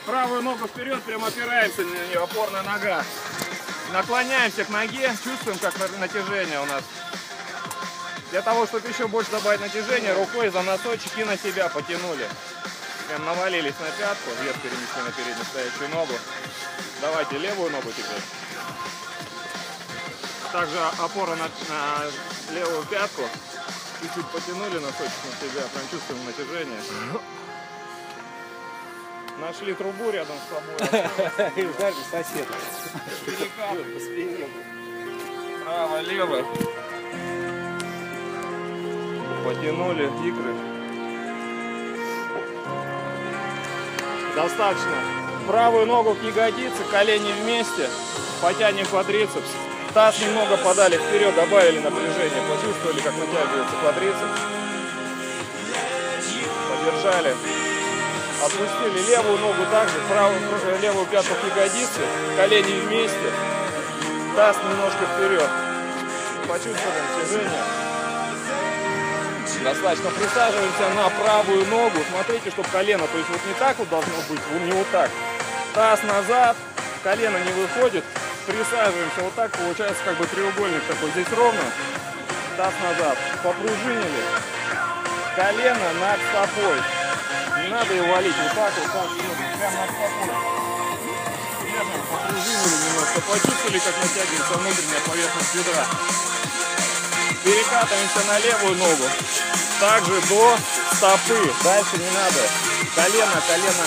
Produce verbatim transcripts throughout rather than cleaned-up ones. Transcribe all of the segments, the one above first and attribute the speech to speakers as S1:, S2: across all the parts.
S1: Правую ногу вперед, прям опираемся на нее, опорная нога. Наклоняемся к ноге, чувствуем, как натяжение у нас. Для того, чтобы еще больше добавить натяжение, рукой за носочек и на себя потянули. Прям навалились на пятку, вверх перенесли на переднюю стоящую ногу. Давайте левую ногу теперь. Также опора на, на левую пятку. Чуть-чуть потянули носочек на себя, прям чувствуем натяжение. Нашли трубу рядом с собой.
S2: И ударили соседа.
S1: Право, лево. Потянули икры. Достаточно. Правую ногу к ягодице, колени вместе. Потянем квадрицепс. Таз немного подали вперед, добавили напряжение. Почувствовали, как натягивается квадрицепс. Подержали. Отпустили левую ногу также, правую, левую пятку к ягодице, колени вместе, таз немножко вперед. Почувствовали натяжение. Достаточно. Присаживаемся на правую ногу. Смотрите, чтобы колено, то есть вот не так вот должно быть, не вот так. Таз назад, колено не выходит. Присаживаемся вот так, получается как бы треугольник такой. Здесь ровно, таз назад. Попружинили. Колено над стопой. Не надо его валить вот так, вот так, прямо над стопой. Держим, попружинили немножко, почувствовали, как натягивается внутренняя поверхность бедра. Перекатываемся на левую ногу. Также до стопы. Дальше не надо. Колено, колено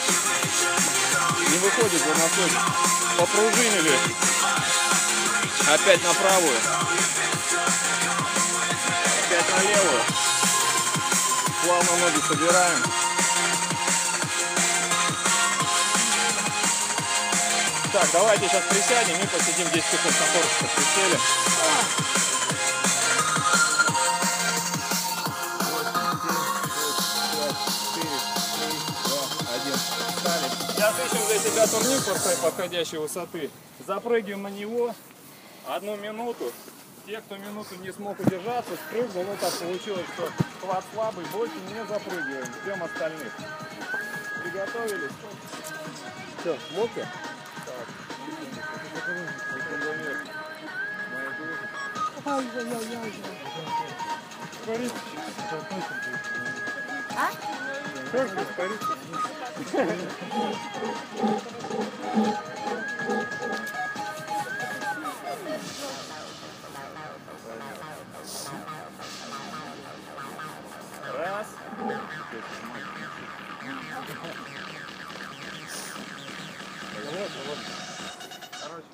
S1: не выходит за носочек. Попружинили. Опять на правую. Опять на левую. Плавно ноги собираем. Так, давайте сейчас присядем и посидим десять секунд на корпусах. Присели. Сейчас ищем для себя турник подходящей высоты. Запрыгиваем на него. Одну минуту. Те, кто минуту не смог удержаться, спрыгнул. Ну так получилось, что хват слабый, больше не запрыгиваем. Ждем остальных. Приготовились?
S2: Все, мокро?
S1: Так.
S3: А?
S1: Как же испариться? Раз. Короче.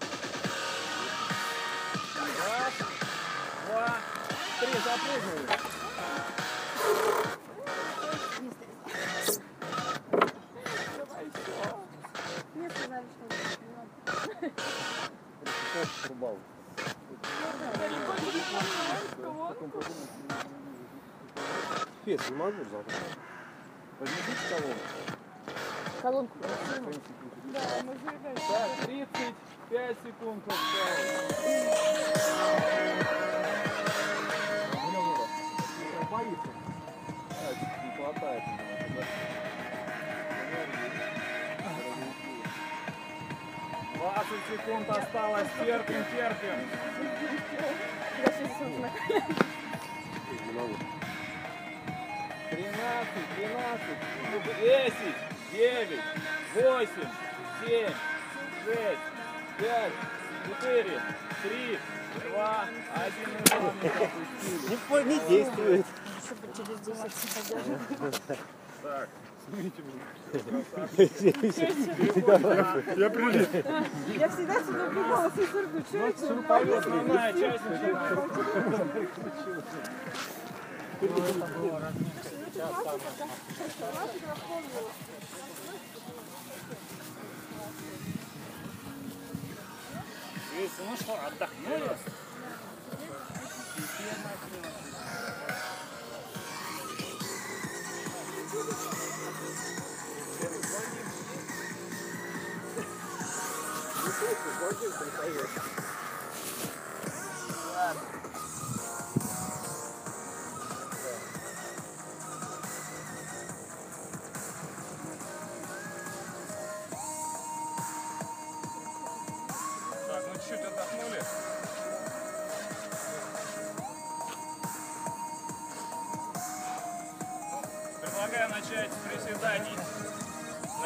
S1: Раз, два, три. Запрыгнули.
S3: Мне сказали, что не надо.
S2: Пец, не могу завтра. Возьмите колонку.
S3: Колонку.
S1: Да, мы заедаем. Так, тридцать пять секунд осталось. Боится. Не хватает. двадцать секунд осталось. Терпим, терпим.
S3: Я сейчас смотрю.
S2: Не могу.
S1: тринадцать, двенадцать, десять, девять, восемь, семь, шесть, пять, четыре, три, два, один.
S2: Не, по- не действует.
S3: Чтобы через десять.
S1: Так, снимите
S2: Я прилип.
S3: Я всегда сюда бегала с сырку. Что это?
S1: основная часть начинается. Ну что, отдохнули?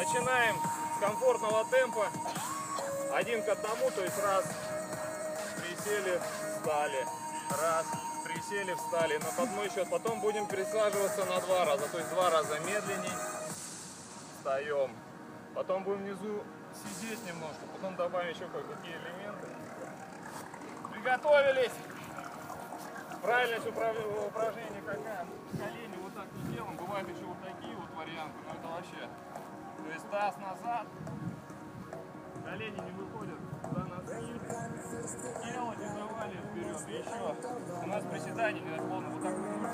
S1: Начинаем с комфортного темпа. Один к одному, то есть раз, присели, встали. Раз, присели, встали. На подмой счет. Потом будем пересаживаться на два раза. То есть два раза медленней. Встаем. Потом будем внизу сидеть немножко. Потом добавим еще кое-какие элементы. Приготовились. Правильность упражнения какая? Колени вот так не делаем. Бывают еще вот такие вот варианты. Но это вообще. То есть таз назад. Колени не выходят туда на спину. Тело не завалит вперед. И еще. У нас приседание не наклонно. Вот так вот.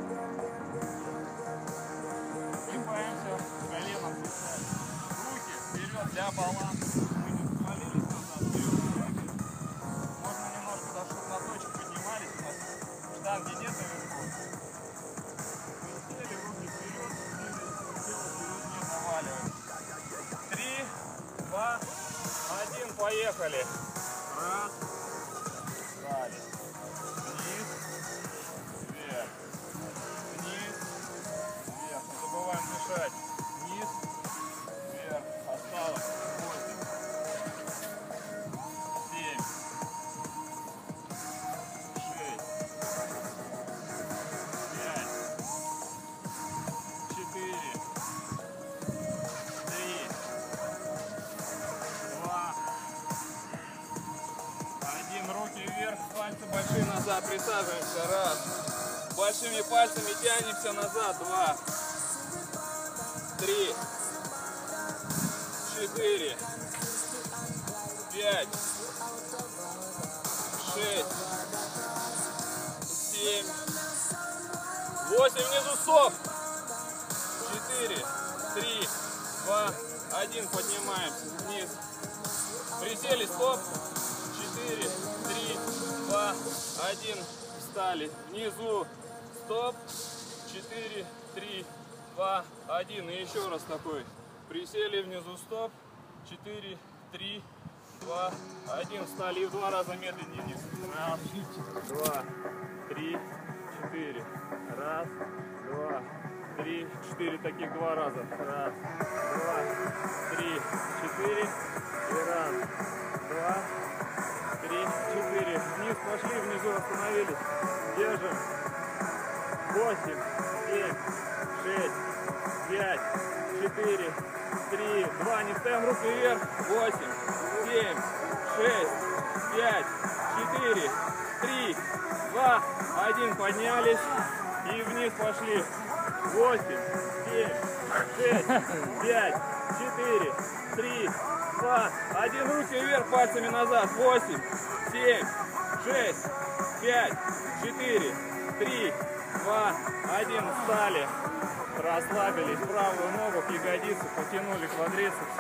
S1: Выгибаемся. Коленом писать. Руки вперед для баланса. Мы не свалились назад. Вперед. Можно немножко даже чтобы носочек поднимались. У нас штанги нет наверху. Присели, руки вперед. Тело вперед не заваливаем. Три, два, один, поехали. Раз, встали. Вниз, вверх. Вниз, вверх. Не забываем дышать. Вниз, вверх. Осталось. Восемь. Семь. Шесть. Пять. Четыре. Три. Два. Один. Руки вверх, пальцы большие назад. Присаживаемся. Раз. Большими пальцами тянемся назад. Два. Три. Четыре. Пять. Шесть. Семь. Восемь. Внизу стоп. Четыре. Три. Два. Один. Поднимаемся вниз. Присели. Стоп. Четыре. Три. Два. Один. Встали. Внизу. Стоп. Четыре. Три. Два. Один. И еще раз такой. Присели. Внизу. Стоп. Четыре. Три. Два. Один. Встали. И в два раза медленнее вниз. Раз. Два. Три. Четыре. Раз. Два. Три. Четыре. Таких два раза. Раз. Два. Три. Четыре. И раз. Два. Три. Четыре. Вниз пошли. Внизу остановились. Держим. Восемь. Семь. Шесть. Пять. Четыре. Три. Два. Не ставим руки вверх. Восемь. Семь. Шесть. Пять. Четыре. Три. Два. Один. Поднялись. И вниз пошли. Восемь. Семь. Шесть. Пять. Четыре. Три. Два. Один. Руки вверх. Пальцами назад. Восемь. Семь. Шесть. Пять. Четыре. Три. Два. Один. Встали. Расслабились. Правую ногу к ягодице. Потянули квадрицепс.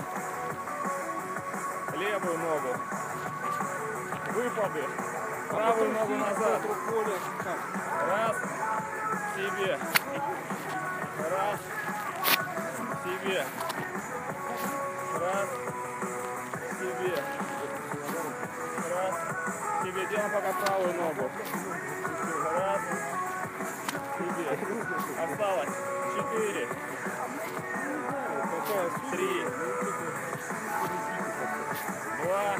S1: Левую ногу. Выпады. Правую ногу назад. Раз. Себе. Раз. Себе. Раз. Себе. Раз. Себе. Делаем пока правую ногу. Раз. Себе. Осталось. Четыре. Три. Два.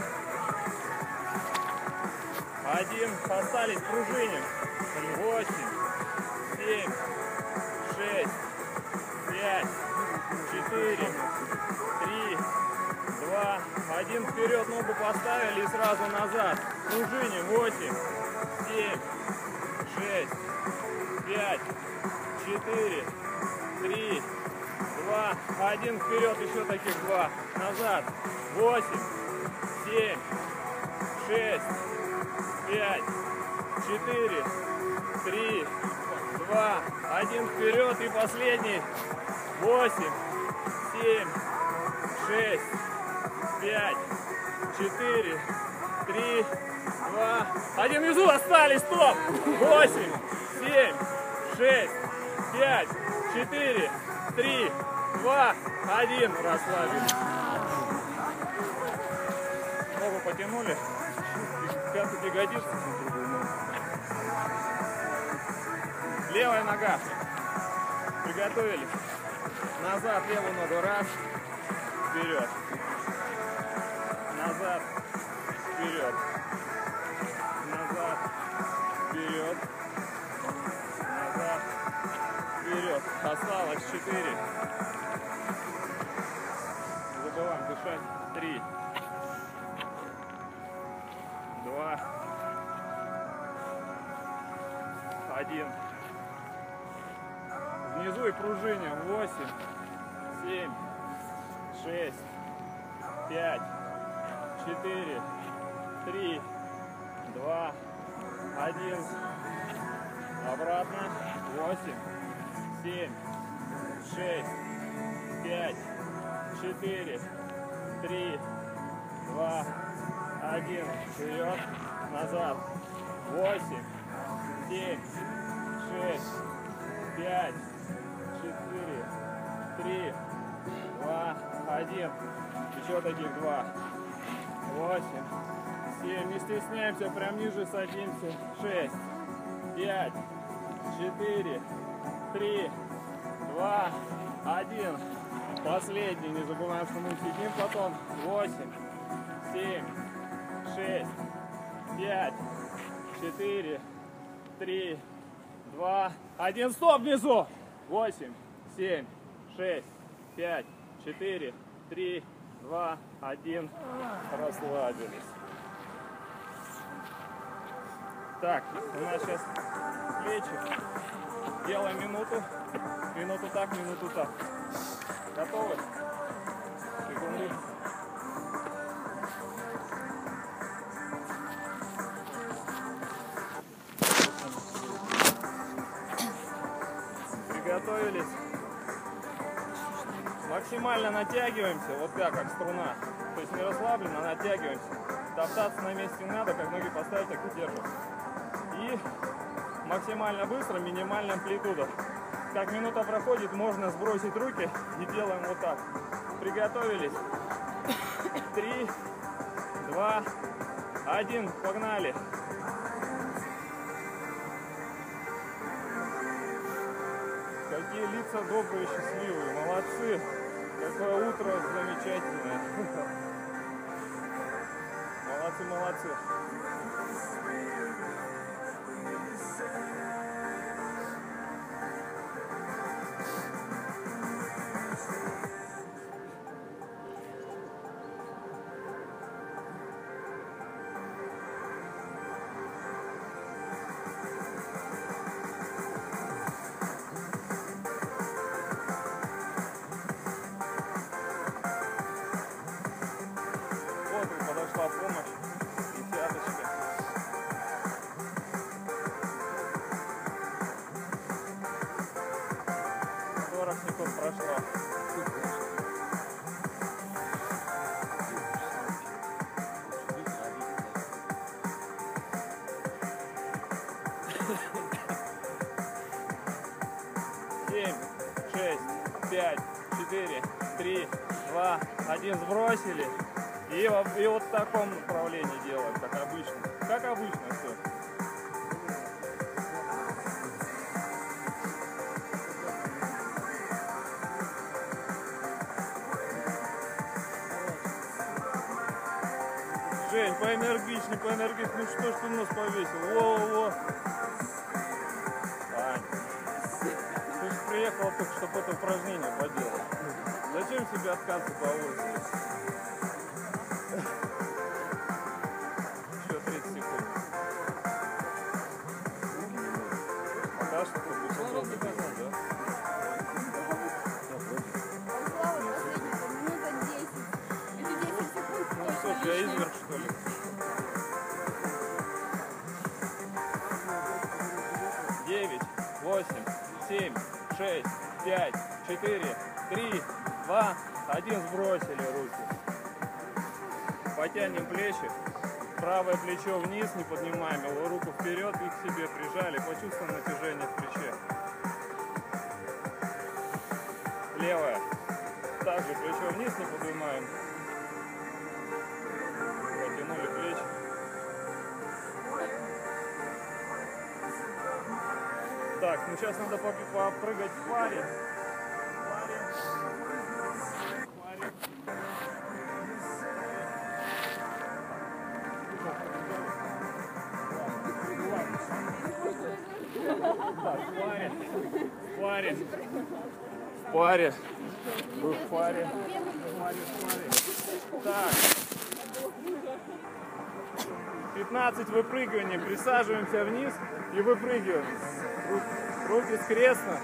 S1: Один. Остались. Пружиним. Восемь. Семь. Шесть. Пять. Четыре. Три. Два. Один. Вперед ногу поставили и сразу назад. Пружиним. Восемь. Семь. Шесть. Пять. Четыре. Три. Два. Один. Вперед. Еще таких два. Назад. Восемь. Семь. Шесть. Пять. Четыре. Три. Два. Один. Вперед. И последний. Восемь. Семь. Шесть. Пять. Четыре. Три. Два. Один. Внизу остались. Стоп. Восемь. Семь. Шесть. Пять. Четыре. Три. Два. Один. Расслабились. Ногу потянули. Пятую ягодицу. Левая нога. Приготовились. Назад левую ногу. Раз. Дышать. Три. Два. Один. Внизу и пружине. Восемь. Семь. Шесть. Пять. Четыре. Три. Два. Один. Обратно. Восемь. Семь. Шесть. Пять. Четыре. Три. Два. Один. Вперед. Назад. Восемь. Семь. Шесть. Пять. Четыре. Три. Два. Один. Еще таких два. Восемь. Семь. Не стесняемся. Прям ниже садимся. Шесть. Пять. Четыре. Три. Два. Один. Последний. Не забываем, что мы сидим потом. Восемь. Семь. Шесть. Пять. Четыре. Три. Два. Один. Стоп внизу. Восемь. Семь. Шесть. Пять. Четыре. Три. Два. Один. Расслабились. Так, у нас сейчас плечи. Делаем минуту. Минуту так, минуту так. Готовы? Секунду. Приготовились. Максимально натягиваемся, вот так, как струна. То есть не расслабленно, а натягиваемся. Топтаться на месте не надо, как ноги поставить, так и держим. И максимально быстро, минимальная амплитуда. Как минута проходит, можно сбросить руки и делаем вот так. Приготовились. Три, два, один. Погнали. Какие лица добрые, счастливые. Молодцы. Какое утро замечательное. Молодцы, молодцы. Вот и подошла помощь. Десяточка. сорок секунд прошло. Семь, шесть, пять, четыре, три, два, один. Сбросили. И, в- и вот в таком направлении делаем, как обычно. Как обычно все. Жень, поэнергичней, поэнергичней. Ну что ж ты нос повесил? Во-во-во. Ань, ты же приехала только, чтобы это упражнение поделать. Зачем себе отказываться по улице? Еще тридцать секунд. Пока что ты будешь долго бегать, да? Ну что ж, я изверг, что ли? Девять, восемь, семь, шесть, пять, четыре, три, два, один. Сбросили руки. Потянем плечи. Правое плечо вниз, не поднимаем его, руку вперед и к себе прижали. Почувствуем натяжение в плече. Левое. Также плечо вниз, не поднимаем. Потянули плечи. Так, ну сейчас надо попрыгать в паре. В паре. В паре. Так, в паре. В паре. В паре. Вы в паре. В паре, в паре. Так. пятнадцать выпрыгиваний. Присаживаемся вниз и выпрыгиваем. Руки скрестно.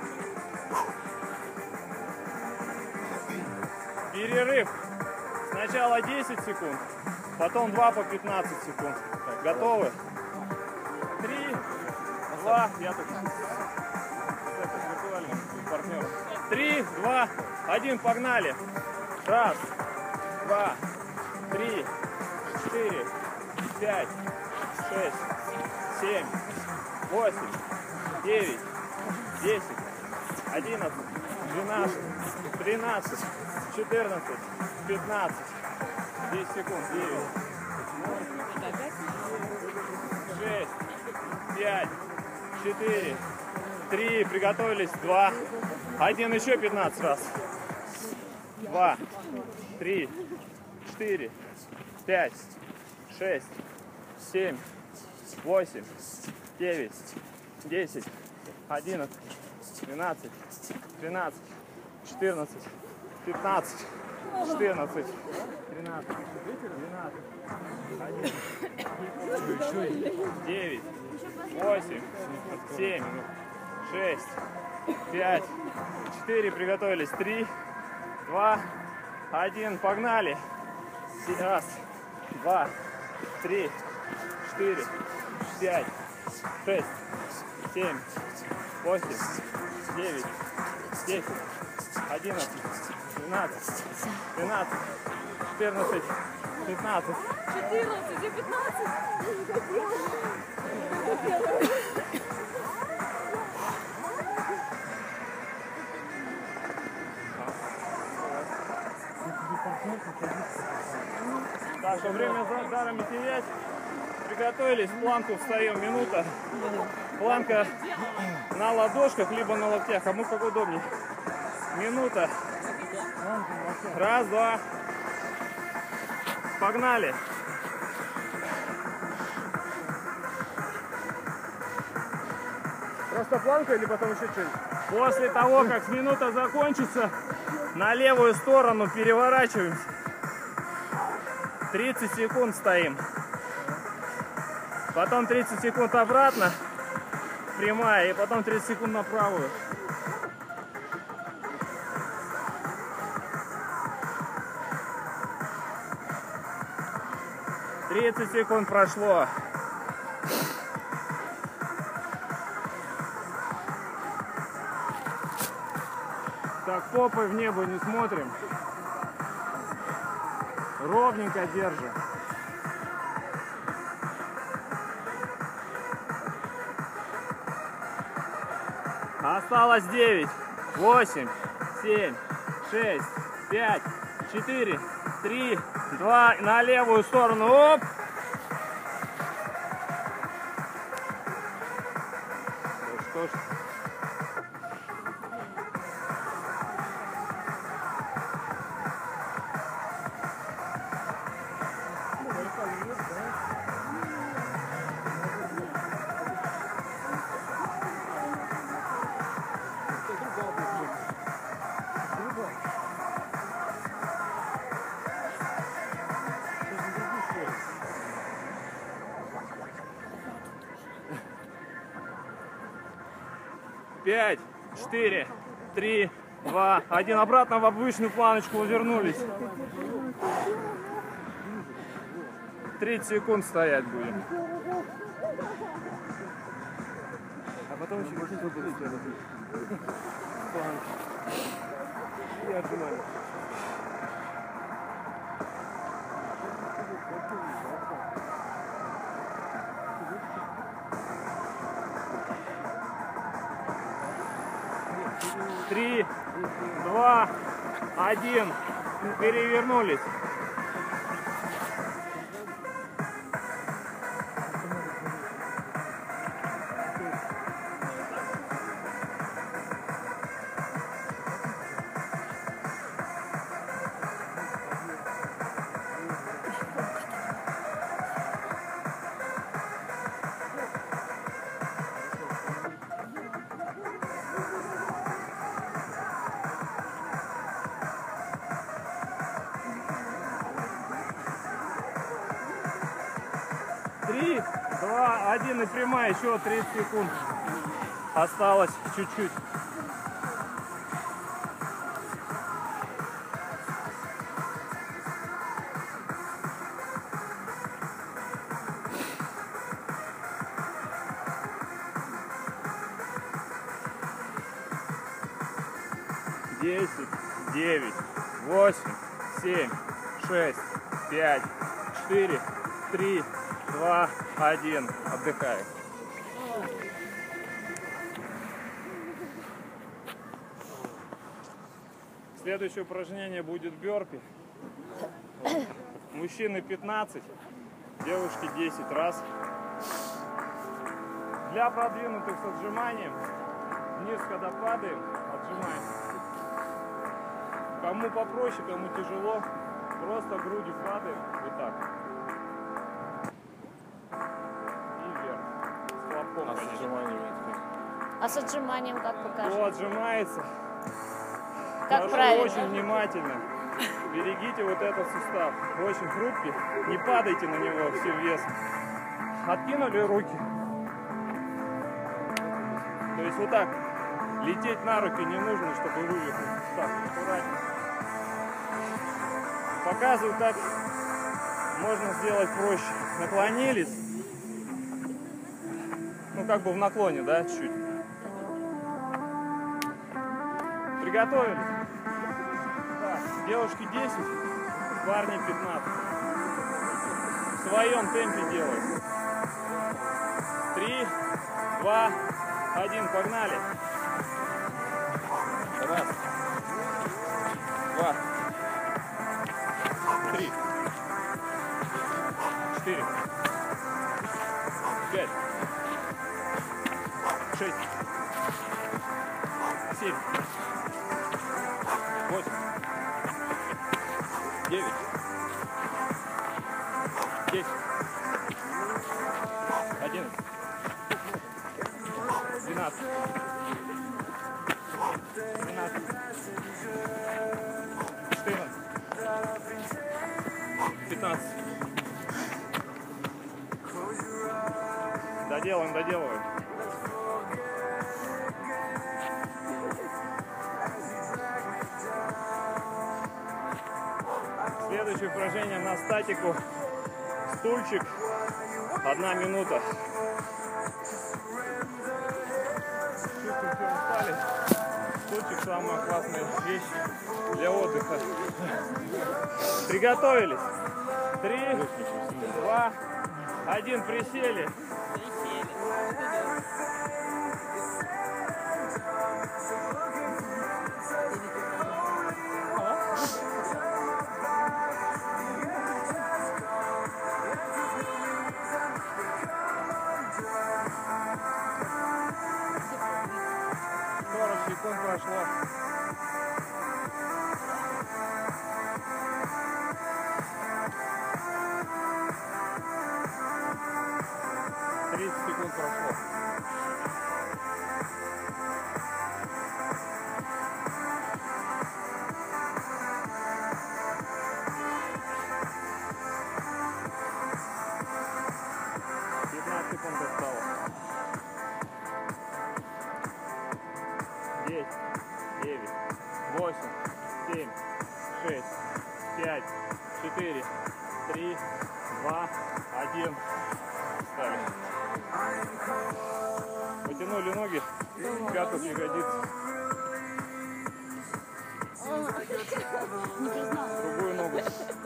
S1: Перерыв. Сначала десять секунд, потом два по пятнадцать секунд. Так, готовы? Три, два, я тут с виртуальным партнером. Три, два, один, погнали. Раз, два, три, четыре, пять, шесть, семь, восемь, девять, десять, одиннадцать, двенадцать, тринадцать, четырнадцать, пятнадцать, десять секунд, девять, шесть, пять, четыре, три, приготовились, два, один, еще пятнадцать раз, два, три, четыре, пять, шесть, семь, восемь, девять, десять, одиннадцать, двенадцать, тринадцать, четырнадцать, пятнадцать, четырнадцать, тринадцать, двенадцать, одиннадцать, девять, восемь, семь, шесть, пять, четыре, приготовились, три, два, один, погнали. Раз, два, три, четыре, пять, шесть, семь, восемь, девять, десять, одиннадцать, двенадцать, тринадцать, четырнадцать, пятнадцать.
S3: четырнадцать и пятнадцать.
S1: Так что время за даром не терять. Приготовились, в планку встаем, минута. Планка на ладошках, либо на локтях, кому как удобнее. Минута. Раз, два. Погнали.
S2: Просто планка или потом еще что-нибудь?
S1: После того, как минута закончится, на левую сторону переворачиваемся. тридцать секунд стоим. Потом тридцать секунд обратно, прямая, и потом тридцать секунд на правую. тридцать секунд прошло. Так, попой в небо не смотрим. Ровненько держим. Осталось девять, восемь, семь, шесть, пять, четыре, три, два. На левую сторону. Оп! Что ж. Пять, четыре, три, два, один. Обратно в обычную планочку вернулись. тридцать секунд стоять будем.
S2: А потом еще какие-то будут делать. И отжимаем.
S1: Три, два, один. Перевернулись. Три, два, один и прямая. Еще тридцать секунд. Осталось чуть-чуть. Десять, девять, восемь, семь, шесть, пять, четыре, три, два, один. Отдыхаем. Следующее упражнение будет бёрпи. Мужчины пятнадцать, девушки десять раз. Для продвинутых с отжиманием вниз, когда падаем, отжимаем. Кому попроще, кому тяжело, просто грудью падаем вот так. И вверх. С хлопком,
S4: А с
S1: конечно.
S4: отжиманиями?
S5: А с отжиманием как
S1: Кто
S5: покажешь?
S1: отжимается,
S5: Как
S1: хорошо,
S5: правильно?
S1: очень внимательно. Берегите вот этот сустав. Очень хрупкий. Не падайте на него всем весом. Откинули руки. То есть вот так. Лететь на руки не нужно, чтобы вывихнуть сустав. Аккуратнее. Показываю, как можно сделать проще. Наклонились. Ну, как бы в наклоне, да, чуть-чуть. Приготовились. Так, девушки десять, парни пятнадцать. В своем темпе делаем. Три, два, один, погнали. Раз, два, три, четыре, пять, шесть, семь, восемь, девять, десять, одиннадцать, двенадцать, тринадцать, четырнадцать, пятнадцать. Доделаем, доделываем. Следующее упражнение на статику. Стульчик. Одна минута. Чувствуем, что устали. Стульчик — самая классная вещь для отдыха. Приготовились. Три, два, один. Присели. сорок секунд прошло. тридцать секунд прошло. пятнадцать секунд осталось. десять, девять, восемь, семь, шесть, пять, четыре, три, два, один. Встали. Потянули ноги, пяток ягодиц. Другую ногу.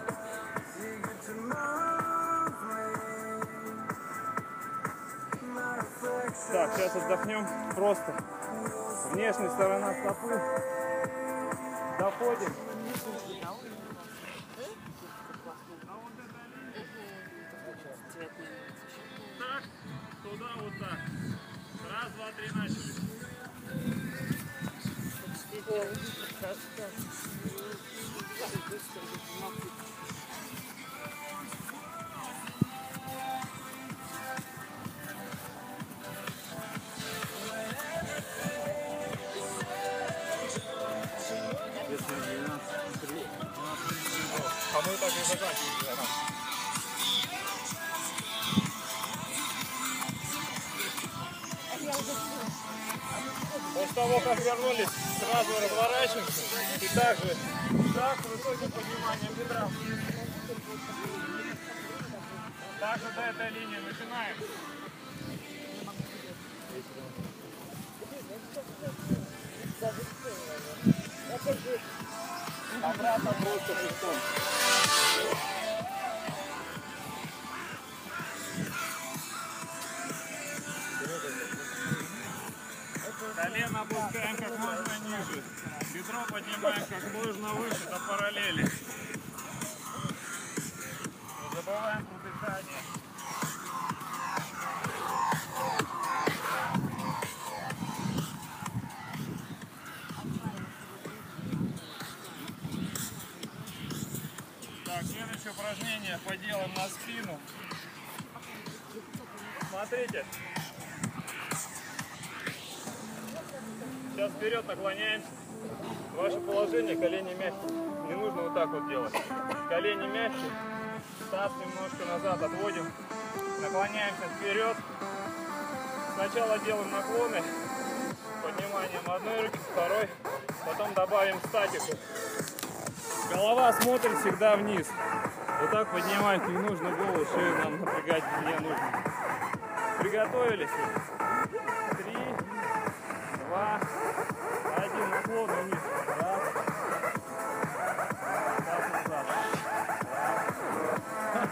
S1: Так, сейчас отдохнем. Просто внешняя сторона стопы. Доходим. Так, туда вот так. Раз, два, три, начали. А мы так и заканчиваем. того, как вернулись, сразу разворачиваемся. И также шаг с высоким подниманием бедра вниз. Также до этой линии начинаем. Обратно просто пешком. Колено опускаем как можно ниже. Бедро поднимаем как можно выше до параллели. Не забываем про дыхание. Так, следующее упражнение поделаем на спину. Смотрите. Сейчас вперед наклоняемся. Ваше положение, колени мягкие. Не нужно вот так вот делать. Колени мягкие. Таз немножко назад отводим. Наклоняемся вперед. Сначала делаем наклоны. Подниманием одной руки, второй. Потом добавим статику. Голова смотрит всегда вниз. Вот так поднимать не нужно голову, шею нам напрягать не нужно. Приготовились? Три, два, один. Наклон вниз. Раз. Таз назад. Раз.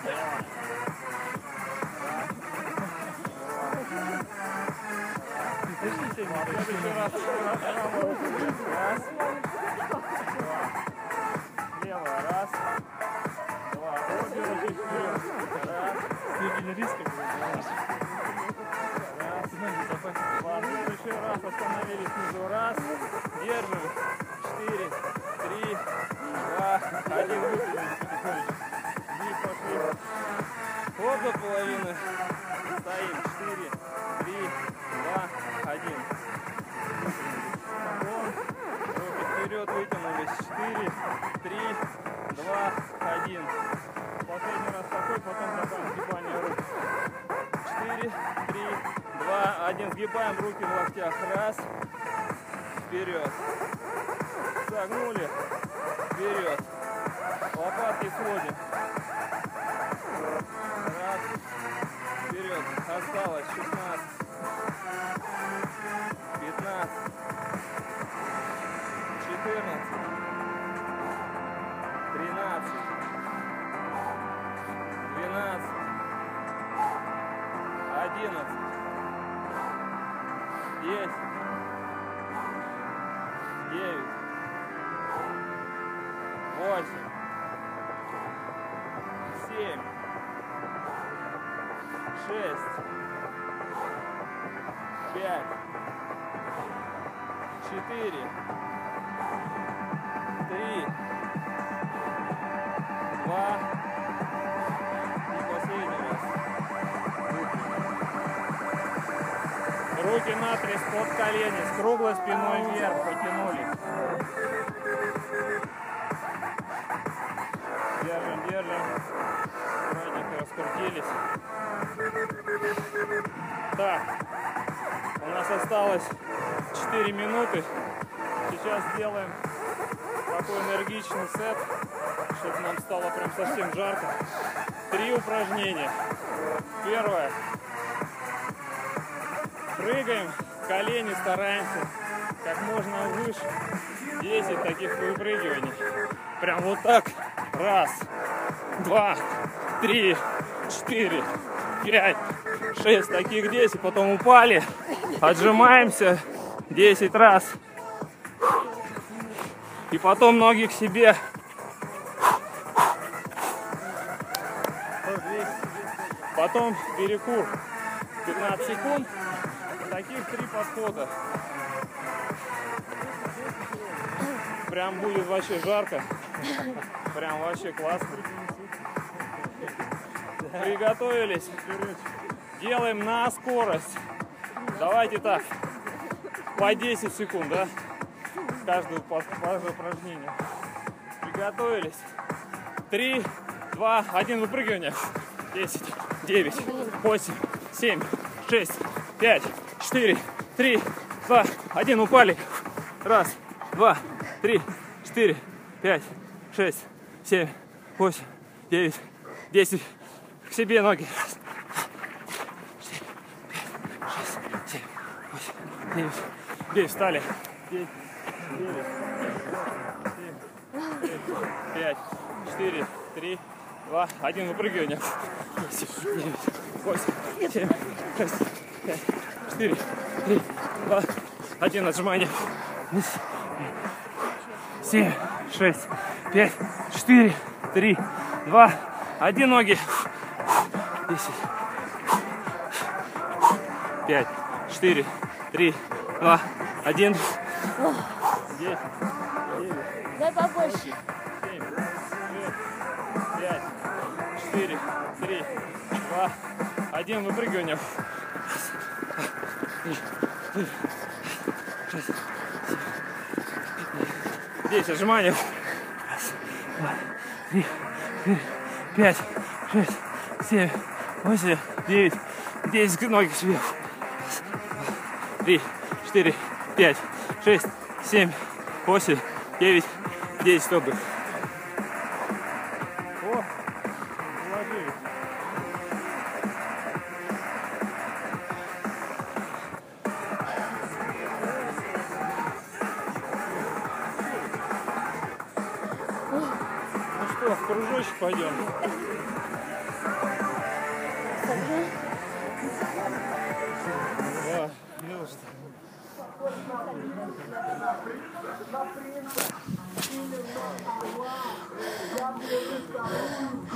S1: В следующий раз правую руку вверх. Раз. Левая. Раз. Два. Обе руки вперед. Раз.
S2: Снижение риска будет.
S1: Раз. Два. В следующий раз остановились внизу. Раз. Держим. Четыре. Три. Два. Один. Выпрямились потихонечку. И пошли. Вот до половины. Стоим. Четыре. Три. Два. Один. Наклон. Руки вперед вытянулись. Четыре. Три. Два. Один. Последний раз такой, потом добавим сгибание рук. Четыре. Три. Два. Один. Сгибаем руки в локтях. Раз. Вперед. Согнули. Вперед. Лопатки сводим. Раз. Вперед. Осталось шестнадцать. пятнадцать. четырнадцать. тринадцать. двенадцать. одиннадцать. десять. девять. восемь. семь. шесть. пять. Четыре. Три. Два. И последний раз. Руки натрез под колени, с круглой спиной вверх, потянули. Держим, держим. Аккуратненько раскрутились. Так, у нас осталось четыре минуты. Сейчас сделаем такой энергичный сет, чтобы нам стало прям совсем жарко. Три упражнения. Первое. Прыгаем, колени стараемся как можно выше. десять таких выпрыгиваний. Прям вот так. Раз, два, три, четыре, пять, шесть. Таких десять. Потом упали. Отжимаемся десять раз. И потом ноги к себе. Потом перекур. пятнадцать секунд. Таких три подхода. Прям будет вообще жарко. Прям вообще классно. Приготовились. Делаем на скорость. Давайте так. По десять секунд, да? Каждое, каждое упражнение. Приготовились. Три, два, один. Выпрыгивание. Десять, девять, восемь, семь, шесть, пять, четыре, три, два, Один, упали. Раз, два, три, четыре, пять, шесть, семь, восемь, девять, десять. К себе ноги. Раз, четыре, пять, шесть, семь, восемь, девять. Здесь встали. Девять, девять, семь, пять, четыре, три, два, один. Выпрыгивание. Восемь, девять, восемь, семь, шесть, пять, четыре, три, два, один. Отжимание. Семь, шесть, пять, четыре, три, два, один. Ноги. Десять. Пять, четыре, три, два, один. Десять, девять,
S5: Дай побольше.
S1: семь, шесть, пять, четыре, три, два, один. Выпрыгивание. Шесть, десять. Отжимания. Раз, два, три, четыре, пять, шесть, семь, восемь, девять, десять. Ноги к себе. Раз, два, три, четыре, пять, шесть, семь, восемь, девять, десять. Стоп. О, уложились. Ну что, в кружочек пойдем? Да, ну что.